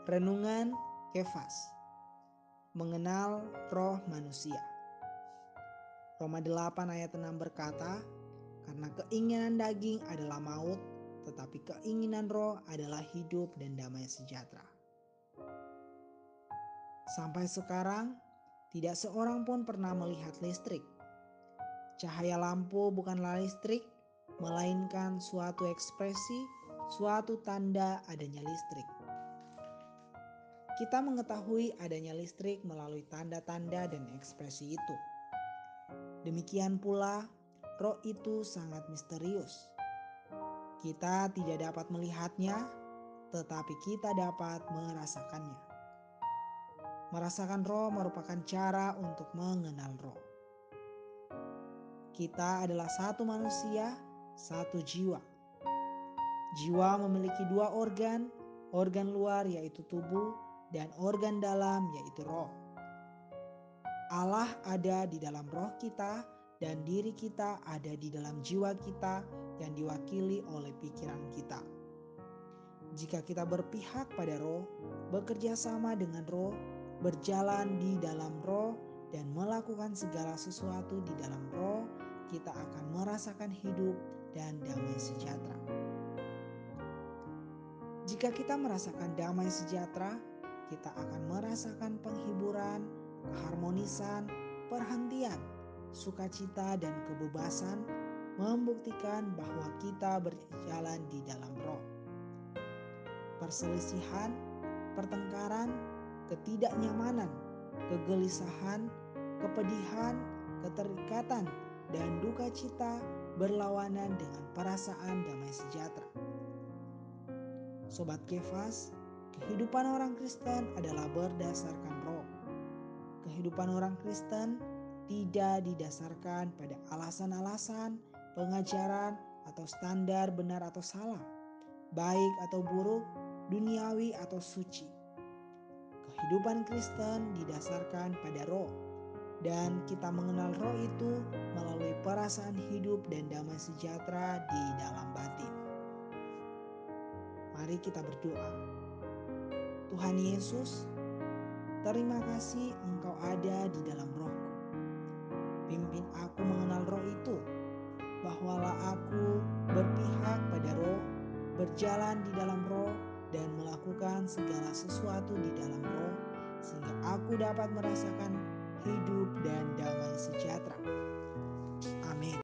Renungan Kefas, mengenal roh manusia. Roma 8 ayat 6 berkata, karena keinginan daging adalah maut, tetapi keinginan roh adalah hidup dan damai sejahtera. Sampai sekarang, tidak seorang pun pernah melihat listrik. Cahaya lampu bukanlah listrik, melainkan suatu ekspresi, suatu tanda adanya listrik. Kita mengetahui adanya listrik melalui tanda-tanda dan ekspresi itu. Demikian pula, roh itu sangat misterius. Kita tidak dapat melihatnya, tetapi kita dapat merasakannya. Merasakan roh merupakan cara untuk mengenal roh. Kita adalah satu manusia, satu jiwa. Jiwa memiliki dua organ luar yaitu tubuh, dan organ dalam yaitu roh. Allah ada di dalam roh kita dan diri kita ada di dalam jiwa kita yang diwakili oleh pikiran kita. Jika kita berpihak pada roh, bekerja sama dengan roh, berjalan di dalam roh, dan melakukan segala sesuatu di dalam roh, kita akan merasakan hidup dan damai sejahtera. Jika kita merasakan damai sejahtera, kita akan merasakan penghiburan, keharmonisan, perhentian, sukacita, dan kebebasan, membuktikan bahwa kita berjalan di dalam roh. Perselisihan, pertengkaran, ketidaknyamanan, kegelisahan, kepedihan, keterikatan, dan duka cita berlawanan dengan perasaan damai sejahtera. Sobat Kefas, kehidupan orang Kristen adalah berdasarkan roh. Kehidupan orang Kristen tidak didasarkan pada alasan-alasan, pengajaran, atau standar benar atau salah, baik atau buruk, duniawi atau suci. Kehidupan Kristen didasarkan pada roh, dan kita mengenal roh itu melalui perasaan hidup dan damai sejahtera di dalam batin. Mari kita berdoa. Tuhan Yesus, terima kasih Engkau ada di dalam rohku. Pimpin aku mengenal roh itu, bahwalah aku berpihak pada roh, berjalan di dalam roh, dan melakukan segala sesuatu di dalam roh, sehingga aku dapat merasakan hidup dan damai sejahtera.